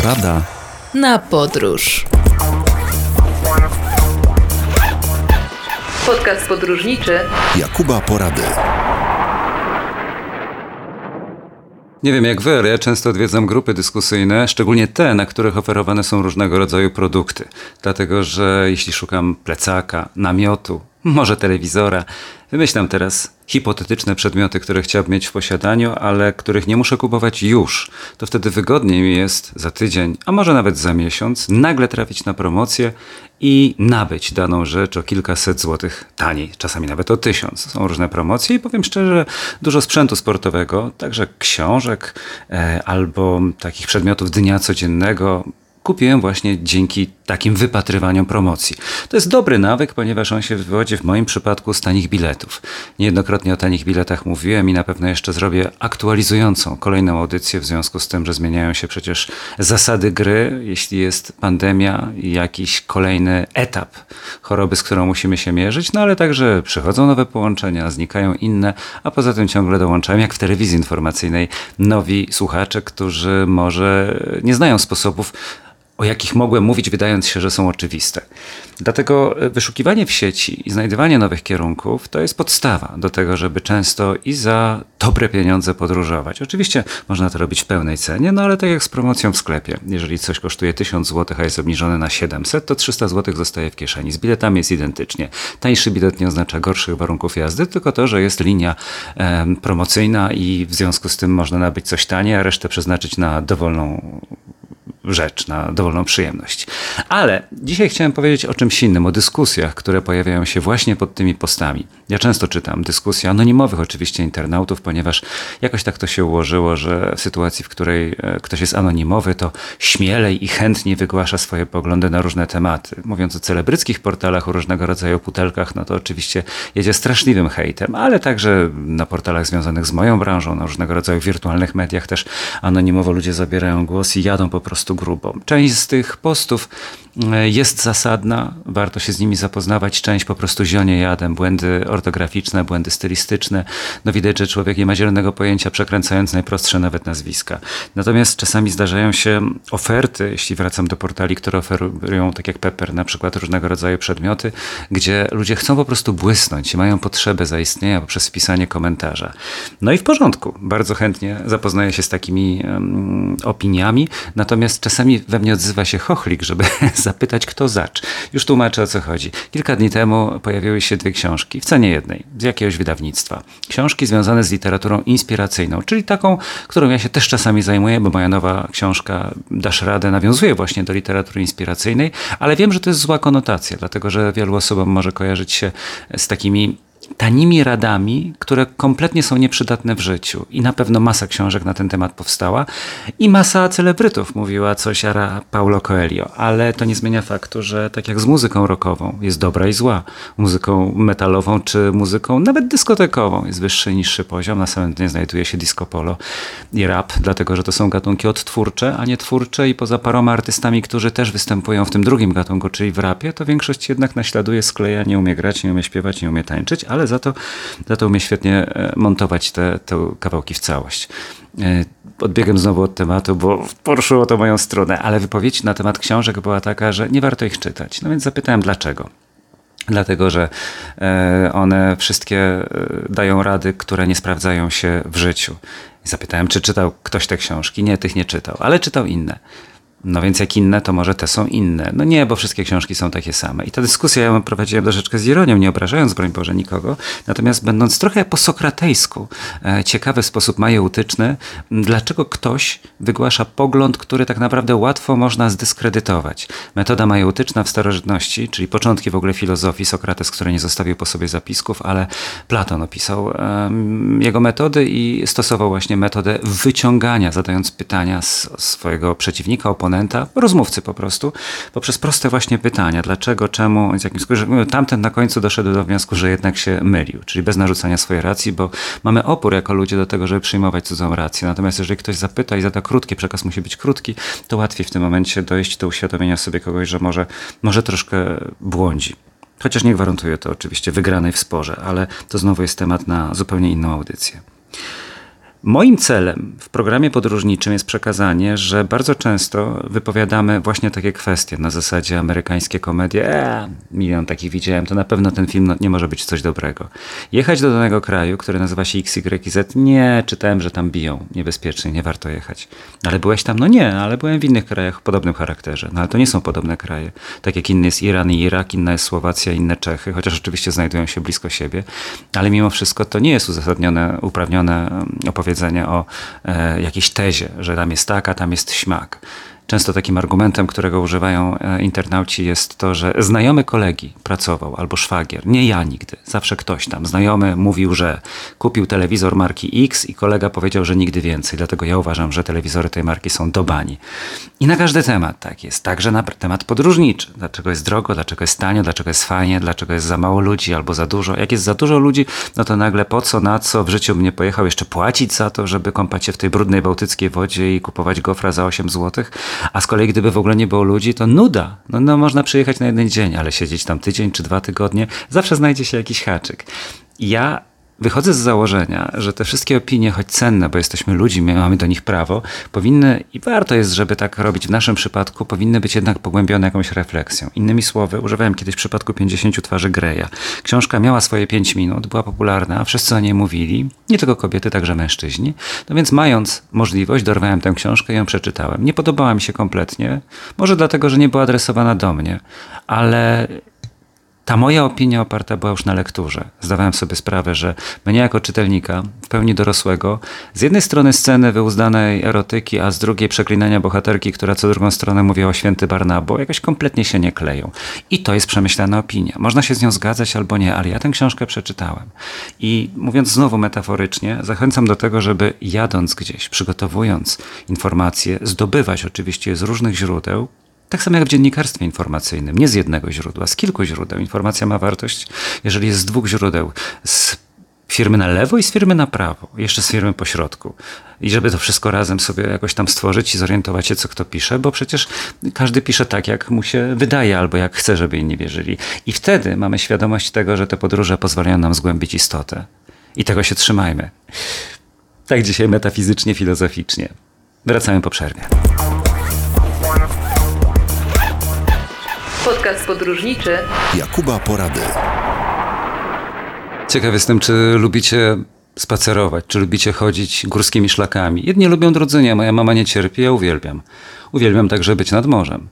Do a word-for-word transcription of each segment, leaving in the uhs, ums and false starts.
Porada na podróż. Podcast podróżniczy Jakuba Porady. Nie wiem jak wy, ale ja często odwiedzam grupy dyskusyjne, szczególnie te, na których oferowane są różnego rodzaju produkty. Dlatego, że jeśli szukam plecaka, namiotu, może telewizora, wymyślam teraz hipotetyczne przedmioty, które chciałbym mieć w posiadaniu, ale których nie muszę kupować już. To wtedy wygodniej mi jest za tydzień, a może nawet za miesiąc, nagle trafić na promocję i nabyć daną rzecz o kilkaset złotych taniej, czasami nawet o tysiąc. Są różne promocje i powiem szczerze, dużo sprzętu sportowego, także książek e, albo takich przedmiotów dnia codziennego kupiłem właśnie dzięki takim wypatrywaniom promocji. To jest dobry nawyk, ponieważ on się wywodzi w moim przypadku z tanich biletów. Niejednokrotnie o tanich biletach mówiłem i na pewno jeszcze zrobię aktualizującą kolejną audycję w związku z tym, że zmieniają się przecież zasady gry, jeśli jest pandemia i jakiś kolejny etap choroby, z którą musimy się mierzyć, no ale także przychodzą nowe połączenia, znikają inne, a poza tym ciągle dołączają, jak w telewizji informacyjnej, nowi słuchacze, którzy może nie znają sposobów, o jakich mogłem mówić, wydając się, że są oczywiste. Dlatego wyszukiwanie w sieci i znajdywanie nowych kierunków to jest podstawa do tego, żeby często i za dobre pieniądze podróżować. Oczywiście można to robić w pełnej cenie, no ale tak jak z promocją w sklepie. Jeżeli coś kosztuje tysiąc złotych, a jest obniżone na siedemset, to trzysta złotych zostaje w kieszeni. Z biletami jest identycznie. Tańszy bilet nie oznacza gorszych warunków jazdy, tylko to, że jest linia e, promocyjna i w związku z tym można nabyć coś taniej, a resztę przeznaczyć na dowolną rzecz, na dowolną przyjemność. Ale dzisiaj chciałem powiedzieć o czymś innym, o dyskusjach, które pojawiają się właśnie pod tymi postami. Ja często czytam dyskusje anonimowych oczywiście internautów, ponieważ jakoś tak to się ułożyło, że w sytuacji, w której ktoś jest anonimowy, to śmielej i chętniej wygłasza swoje poglądy na różne tematy. Mówiąc o celebryckich portalach, o różnego rodzaju putelkach, no to oczywiście jedzie straszliwym hejtem, ale także na portalach związanych z moją branżą, na różnego rodzaju wirtualnych mediach też anonimowo ludzie zabierają głos i jadą po prostu grubo. Część z tych postów jest zasadna, warto się z nimi zapoznawać, część po prostu zionie jadem, błędy ortograficzne, błędy stylistyczne. No widać, że człowiek nie ma zielonego pojęcia, przekręcając najprostsze nawet nazwiska. Natomiast czasami zdarzają się oferty, jeśli wracam do portali, które oferują, tak jak Pepper, na przykład różnego rodzaju przedmioty, gdzie ludzie chcą po prostu błysnąć i mają potrzebę zaistnienia poprzez wpisanie komentarza. No i w porządku, bardzo chętnie zapoznaję się z takimi um, opiniami, natomiast czasami we mnie odzywa się chochlik, żeby zapytać, kto zacz. Już tłumaczę, o co chodzi. Kilka dni temu pojawiły się dwie książki, w cenie jednej, z jakiegoś wydawnictwa. Książki związane z literaturą inspiracyjną, czyli taką, którą ja się też czasami zajmuję, bo moja nowa książka Dasz radę nawiązuje właśnie do literatury inspiracyjnej, ale wiem, że to jest zła konotacja, dlatego że wielu osobom może kojarzyć się z takimi tanimi radami, które kompletnie są nieprzydatne w życiu. I na pewno masa książek na ten temat powstała i masa celebrytów mówiła coś a la Paulo Coelho, ale to nie zmienia faktu, że tak jak z muzyką rockową jest dobra i zła, muzyką metalową czy muzyką nawet dyskotekową jest wyższy i niższy poziom. Na samym dnie znajduje się disco polo i rap, dlatego że to są gatunki odtwórcze, a nie twórcze i poza paroma artystami, którzy też występują w tym drugim gatunku, czyli w rapie, to większość jednak naśladuje, skleja, nie umie grać, nie umie śpiewać, nie umie tańczyć, ale za to, za to umie świetnie montować te, te kawałki w całość. Odbiegłem znowu od tematu, bo poruszyło to moją stronę, ale wypowiedź na temat książek była taka, że nie warto ich czytać. No więc zapytałem dlaczego. Dlatego, że one wszystkie dają rady, które nie sprawdzają się w życiu. I zapytałem, czy czytał ktoś te książki. Nie, tych nie czytał, ale czytał inne. No więc jak inne, to może te są inne. No nie, bo wszystkie książki są takie same. I ta dyskusja ja ją prowadziłem troszeczkę z ironią, nie obrażając, broń Boże, nikogo. Natomiast będąc trochę po sokratejsku, e, ciekawy w sposób majeutyczny, dlaczego ktoś wygłasza pogląd, który tak naprawdę łatwo można zdyskredytować. Metoda majeutyczna w starożytności, czyli początki w ogóle filozofii, Sokrates, który nie zostawił po sobie zapisków, ale Platon opisał e, jego metody i stosował właśnie metodę wyciągania, zadając pytania z swojego przeciwnika, oponenta, rozmówcy po prostu, poprzez proste właśnie pytania. Dlaczego, czemu, z jakim skutkiem. Tamten na końcu doszedł do wniosku, że jednak się mylił, czyli bez narzucania swojej racji, bo mamy opór jako ludzie do tego, żeby przyjmować cudzą rację. Natomiast jeżeli ktoś zapyta i zada krótki, przekaz musi być krótki, to łatwiej w tym momencie dojść do uświadomienia sobie kogoś, że może, może troszkę błądzi. Chociaż nie gwarantuje to oczywiście wygranej w sporze, ale to znowu jest temat na zupełnie inną audycję. Moim celem w programie podróżniczym jest przekazanie, że bardzo często wypowiadamy właśnie takie kwestie na zasadzie amerykańskie komedie. Eee, milion takich widziałem, to na pewno ten film no, nie może być coś dobrego. Jechać do danego kraju, który nazywa się X Y Z, nie, czytałem, że tam biją, niebezpiecznie, nie warto jechać. Ale byłeś tam? No nie, ale byłem w innych krajach o podobnym charakterze. No ale to nie są podobne kraje. Tak jak inny jest Iran i Irak, inna jest Słowacja, inne Czechy, chociaż oczywiście znajdują się blisko siebie, ale mimo wszystko to nie jest uzasadnione, uprawnione opowiedzenie o e, jakiejś tezie, że tam jest tak, a tam jest śmak. Często takim argumentem, którego używają e, internauci jest to, że znajomy kolegi pracował albo szwagier, nie ja nigdy, zawsze ktoś tam, znajomy mówił, że kupił telewizor marki X i kolega powiedział, że nigdy więcej, dlatego ja uważam, że telewizory tej marki są do bani. I na każdy temat tak jest, także na temat podróżniczy. Dlaczego jest drogo, dlaczego jest tanio, dlaczego jest fajnie, dlaczego jest za mało ludzi albo za dużo. Jak jest za dużo ludzi, no to nagle po co, na co w życiu bym nie pojechał jeszcze płacić za to, żeby kąpać się w tej brudnej bałtyckiej wodzie i kupować gofra za osiem złotych. A z kolei gdyby w ogóle nie było ludzi, to nuda. No, no można przyjechać na jeden dzień, ale siedzieć tam tydzień czy dwa tygodnie, zawsze znajdzie się jakiś haczyk. Ja wychodzę z założenia, że te wszystkie opinie, choć cenne, bo jesteśmy ludźmi, mamy do nich prawo, powinny, i warto jest, żeby tak robić w naszym przypadku, powinny być jednak pogłębione jakąś refleksją. Innymi słowy, używałem kiedyś w przypadku pięćdziesięciu twarzy Greya. Książka miała swoje pięć minut, była popularna, a wszyscy o niej mówili, nie tylko kobiety, także mężczyźni. No więc mając możliwość, dorwałem tę książkę i ją przeczytałem. Nie podobała mi się kompletnie, może dlatego, że nie była adresowana do mnie, ale ta moja opinia oparta była już na lekturze. Zdawałem sobie sprawę, że mnie jako czytelnika, w pełni dorosłego, z jednej strony sceny wyuzdanej erotyki, a z drugiej przeklinania bohaterki, która co drugą stronę mówiła o święty Barnabo, jakoś kompletnie się nie kleją. I to jest przemyślana opinia. Można się z nią zgadzać albo nie, ale ja tę książkę przeczytałem. I mówiąc znowu metaforycznie, zachęcam do tego, żeby jadąc gdzieś, przygotowując informacje, zdobywać oczywiście je z różnych źródeł, tak samo jak w dziennikarstwie informacyjnym, nie z jednego źródła, z kilku źródeł. Informacja ma wartość, jeżeli jest z dwóch źródeł. Z firmy na lewo i z firmy na prawo. Jeszcze z firmy po środku. I żeby to wszystko razem sobie jakoś tam stworzyć i zorientować się, co kto pisze, bo przecież każdy pisze tak, jak mu się wydaje, albo jak chce, żeby inni wierzyli. I wtedy mamy świadomość tego, że te podróże pozwalają nam zgłębić istotę. I tego się trzymajmy. Tak dzisiaj metafizycznie, filozoficznie. Wracamy po przerwie. Podcast podróżniczy Jakuba Porady. Ciekaw jestem, czy lubicie spacerować, czy lubicie chodzić górskimi szlakami. Jedni lubią, drudzy nie. Moja mama nie cierpi, ja uwielbiam. Uwielbiam także być nad morzem.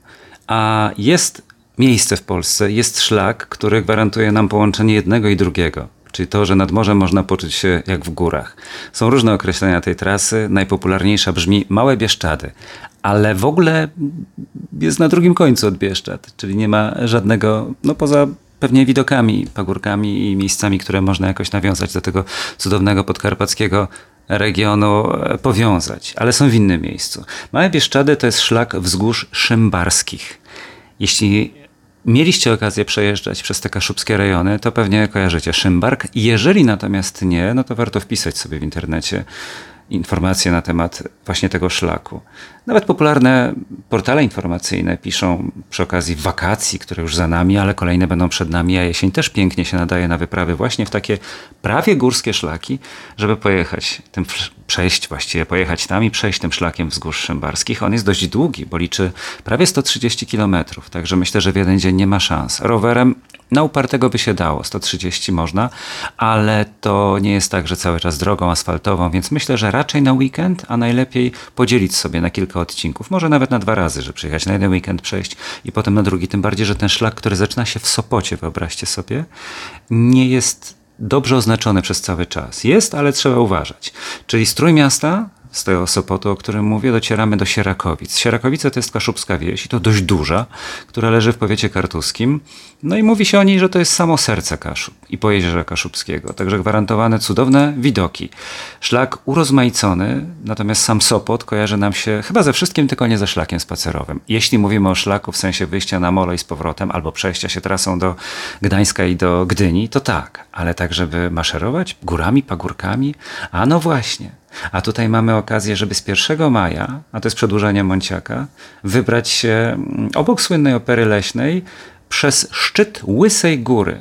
A jest miejsce w Polsce, jest szlak, który gwarantuje nam połączenie jednego i drugiego. Czyli to, że nad morzem można poczuć się jak w górach. Są różne określenia tej trasy. Najpopularniejsza brzmi Małe Bieszczady. Ale w ogóle jest na drugim końcu od Bieszczad. Czyli nie ma żadnego, no poza pewnie widokami, pagórkami i miejscami, które można jakoś nawiązać do tego cudownego podkarpackiego regionu, powiązać. Ale są w innym miejscu. Małe Bieszczady to jest szlak wzgórz szymbarskich. Jeśli mieliście okazję przejeżdżać przez te kaszubskie rejony, to pewnie kojarzycie Szymbark. Jeżeli natomiast nie, no to warto wpisać sobie w internecie informacje na temat właśnie tego szlaku. Nawet popularne portale informacyjne piszą przy okazji wakacji, które już za nami, ale kolejne będą przed nami, a jesień też pięknie się nadaje na wyprawy właśnie w takie prawie górskie szlaki, żeby pojechać, tym przejść właściwie, pojechać tam i przejść tym szlakiem wzgórz szymbarskich. On jest dość długi, bo liczy prawie sto trzydzieści kilometrów, także myślę, że w jeden dzień nie ma szans. Rowerem na upartego by się dało, sto trzydzieści można, ale to nie jest tak, że cały czas drogą asfaltową, więc myślę, że raczej na weekend, a najlepiej podzielić sobie na kilka odcinków, może nawet na dwa razy, że przyjechać na jeden weekend, przejść i potem na drugi, tym bardziej, że ten szlak, który zaczyna się w Sopocie, wyobraźcie sobie, nie jest dobrze oznaczony przez cały czas. Jest, ale trzeba uważać. Czyli z Trójmiasta, z tego Sopotu, o którym mówię, docieramy do Sierakowic. Sierakowice to jest kaszubska wieś i to dość duża, która leży w powiecie kartuskim. No i mówi się o niej, że to jest samo serce Kaszub i Pojezierza Kaszubskiego. Także gwarantowane cudowne widoki. Szlak urozmaicony, natomiast sam Sopot kojarzy nam się chyba ze wszystkim, tylko nie ze szlakiem spacerowym. Jeśli mówimy o szlaku w sensie wyjścia na molo i z powrotem, albo przejścia się trasą do Gdańska i do Gdyni, to tak. Ale tak, żeby maszerować górami, pagórkami? A no właśnie. A tutaj mamy okazję, żeby z pierwszego maja, a to jest przedłużenie Monciaka, wybrać się obok słynnej Opery Leśnej przez szczyt Łysej Góry.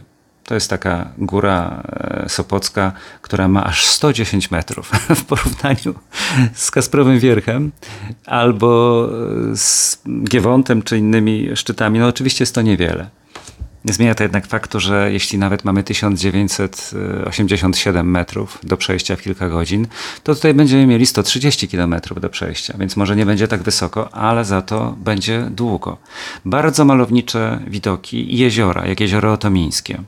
To jest taka góra sopocka, która ma aż sto dziesięć metrów w porównaniu z Kasprowym Wierchem albo z Giewontem czy innymi szczytami. No oczywiście jest to niewiele. Nie zmienia to jednak faktu, że jeśli nawet mamy tysiąc dziewięćset osiemdziesiąt siedem metrów do przejścia w kilka godzin, to tutaj będziemy mieli sto trzydzieści kilometrów do przejścia, więc może nie będzie tak wysoko, ale za to będzie długo. Bardzo malownicze widoki i jeziora, jak jezioro otomińskie.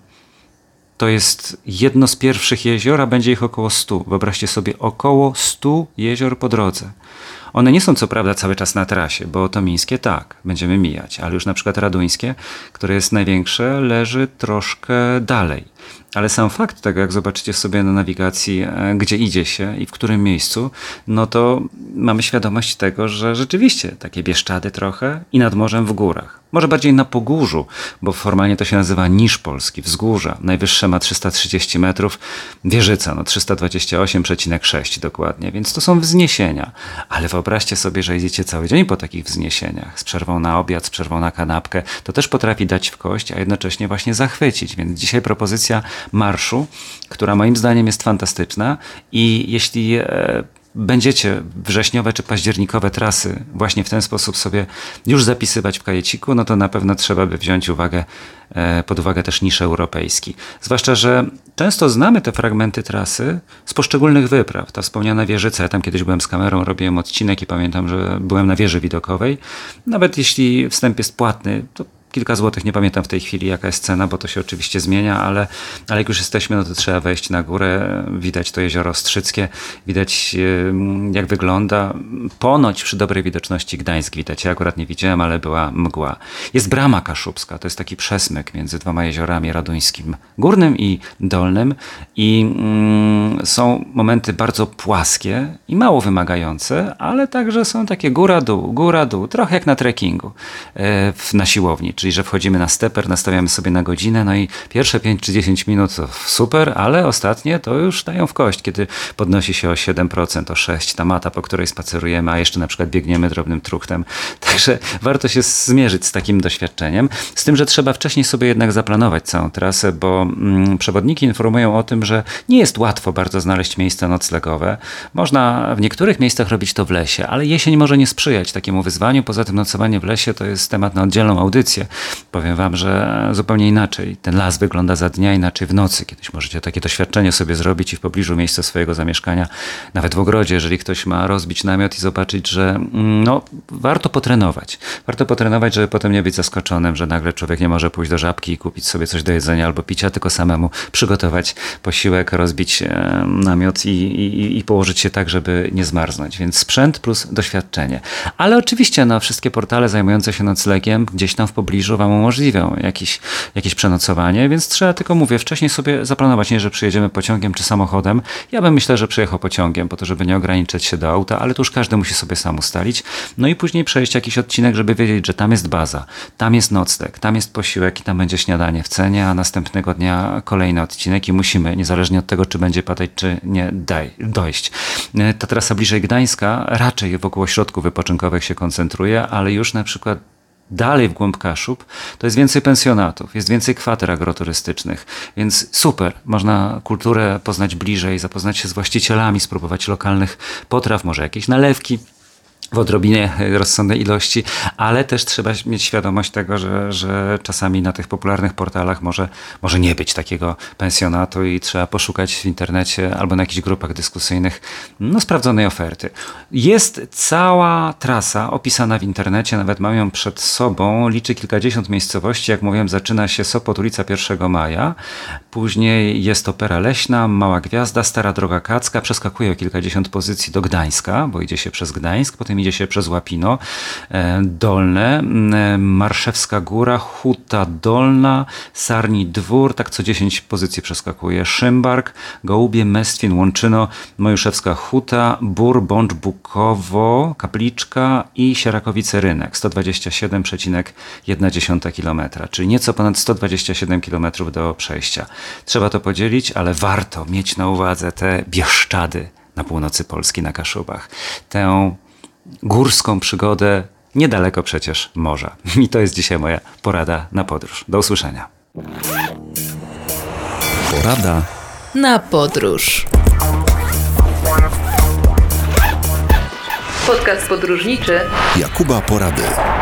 To jest jedno z pierwszych jezior, a będzie ich około stu. Wyobraźcie sobie, około stu jezior po drodze. One nie są co prawda cały czas na trasie, bo otomińskie tak, będziemy mijać, ale już na przykład raduńskie, które jest największe, leży troszkę dalej. Ale sam fakt tego, jak zobaczycie sobie na nawigacji, gdzie idzie się i w którym miejscu, no to mamy świadomość tego, że rzeczywiście takie Bieszczady trochę i nad morzem w górach. Może bardziej na Pogórzu, bo formalnie to się nazywa Niż Polski, wzgórza. Najwyższe ma trzysta trzydzieści metrów, Wieżyca no trzysta dwadzieścia osiem przecinek sześć dokładnie, więc to są wzniesienia. Ale wyobraźcie sobie, że idziecie cały dzień po takich wzniesieniach, z przerwą na obiad, z przerwą na kanapkę. To też potrafi dać w kość, a jednocześnie właśnie zachwycić. Więc dzisiaj propozycja marszu, która moim zdaniem jest fantastyczna i jeśli e, będziecie wrześniowe czy październikowe trasy właśnie w ten sposób sobie już zapisywać w kajeciku, no to na pewno trzeba by wziąć uwagę, e, pod uwagę też nisz europejski. Zwłaszcza, że często znamy te fragmenty trasy z poszczególnych wypraw. Ta wspomniana Wieżyca, ja tam kiedyś byłem z kamerą, robiłem odcinek i pamiętam, że byłem na wieży widokowej. Nawet jeśli wstęp jest płatny, to kilka złotych, nie pamiętam w tej chwili jaka jest cena, bo to się oczywiście zmienia, ale, ale jak już jesteśmy, no to trzeba wejść na górę, widać to jezioro Ostrzyckie, widać jak wygląda. Ponoć przy dobrej widoczności Gdańsk widać, ja akurat nie widziałem, ale była mgła. Jest Brama Kaszubska, to jest taki przesmyk między dwoma jeziorami raduńskim, górnym i dolnym i mm, są momenty bardzo płaskie i mało wymagające, ale także są takie góra-dół, góra-dół, trochę jak na trekkingu yy, na siłowni. Czyli, że wchodzimy na steper, nastawiamy sobie na godzinę, no i pierwsze pięć czy dziesięć minut to super, ale ostatnie to już dają w kość, kiedy podnosi się o siedem procent, o sześć procent ta mata, po której spacerujemy, a jeszcze na przykład biegniemy drobnym truchtem. Także warto się zmierzyć z takim doświadczeniem. Z tym, że trzeba wcześniej sobie jednak zaplanować całą trasę, bo mm, przewodniki informują o tym, że nie jest łatwo bardzo znaleźć miejsca noclegowe. Można w niektórych miejscach robić to w lesie, ale jesień może nie sprzyjać takiemu wyzwaniu. Poza tym nocowanie w lesie to jest temat na oddzielną audycję. Powiem wam, że zupełnie inaczej ten las wygląda za dnia, inaczej w nocy. Kiedyś możecie takie doświadczenie sobie zrobić i w pobliżu miejsca swojego zamieszkania, nawet w ogrodzie, jeżeli ktoś ma rozbić namiot i zobaczyć, że no, warto potrenować. Warto potrenować, żeby potem nie być zaskoczonym, że nagle człowiek nie może pójść do Żabki i kupić sobie coś do jedzenia albo picia, tylko samemu przygotować posiłek, rozbić namiot i, i, i położyć się tak, żeby nie zmarznąć. Więc sprzęt plus doświadczenie. Ale oczywiście no, wszystkie portale zajmujące się noclegiem gdzieś tam w pobliżu wam umożliwią jakieś, jakieś przenocowanie, więc trzeba tylko, mówię, wcześniej sobie zaplanować, nie, że przyjedziemy pociągiem czy samochodem. Ja bym myślę, że przyjechał pociągiem, po to, żeby nie ograniczać się do auta, ale to już każdy musi sobie sam ustalić. No i później przejść jakiś odcinek, żeby wiedzieć, że tam jest baza, tam jest nocleg, tam jest posiłek i tam będzie śniadanie w cenie, a następnego dnia kolejny odcinek i musimy, niezależnie od tego, czy będzie padać, czy nie, daj, dojść. Ta trasa bliżej Gdańska raczej wokół ośrodków wypoczynkowych się koncentruje, ale już na przykład dalej w głąb Kaszub, to jest więcej pensjonatów, jest więcej kwater agroturystycznych, więc super, można kulturę poznać bliżej, zapoznać się z właścicielami, spróbować lokalnych potraw, może jakieś nalewki w odrobinie rozsądnej ilości, ale też trzeba mieć świadomość tego, że, że czasami na tych popularnych portalach może, może nie być takiego pensjonatu i trzeba poszukać w internecie albo na jakichś grupach dyskusyjnych no, sprawdzonej oferty. Jest cała trasa opisana w internecie, nawet mam ją przed sobą, liczy kilkadziesiąt miejscowości, jak mówiłem, zaczyna się Sopot, ulica pierwszego maja, później jest Opera Leśna, Mała Gwiazda, Stara Droga Kacka, przeskakuje o kilkadziesiąt pozycji do Gdańska, bo idzie się przez Gdańsk, potem idzie się przez Łapino Dolne, Marszewska Góra, Huta Dolna, Sarni Dwór, tak co dziesięć pozycji przeskakuje, Szymbark, Gołubie, Mestwin, Łączyno, Mojuszewska Huta, Bór, Bącz, Bukowo, Kapliczka i Sierakowice Rynek, sto dwadzieścia siedem przecinek jedna kilometra, czyli nieco ponad sto dwadzieścia siedem kilometrów do przejścia. Trzeba to podzielić, ale warto mieć na uwadze te Bieszczady na północy Polski, na Kaszubach. Tę górską przygodę niedaleko przecież morza. I to jest dzisiaj moja porada na podróż. Do usłyszenia. Porada na podróż. Podcast podróżniczy Jakuba Porady.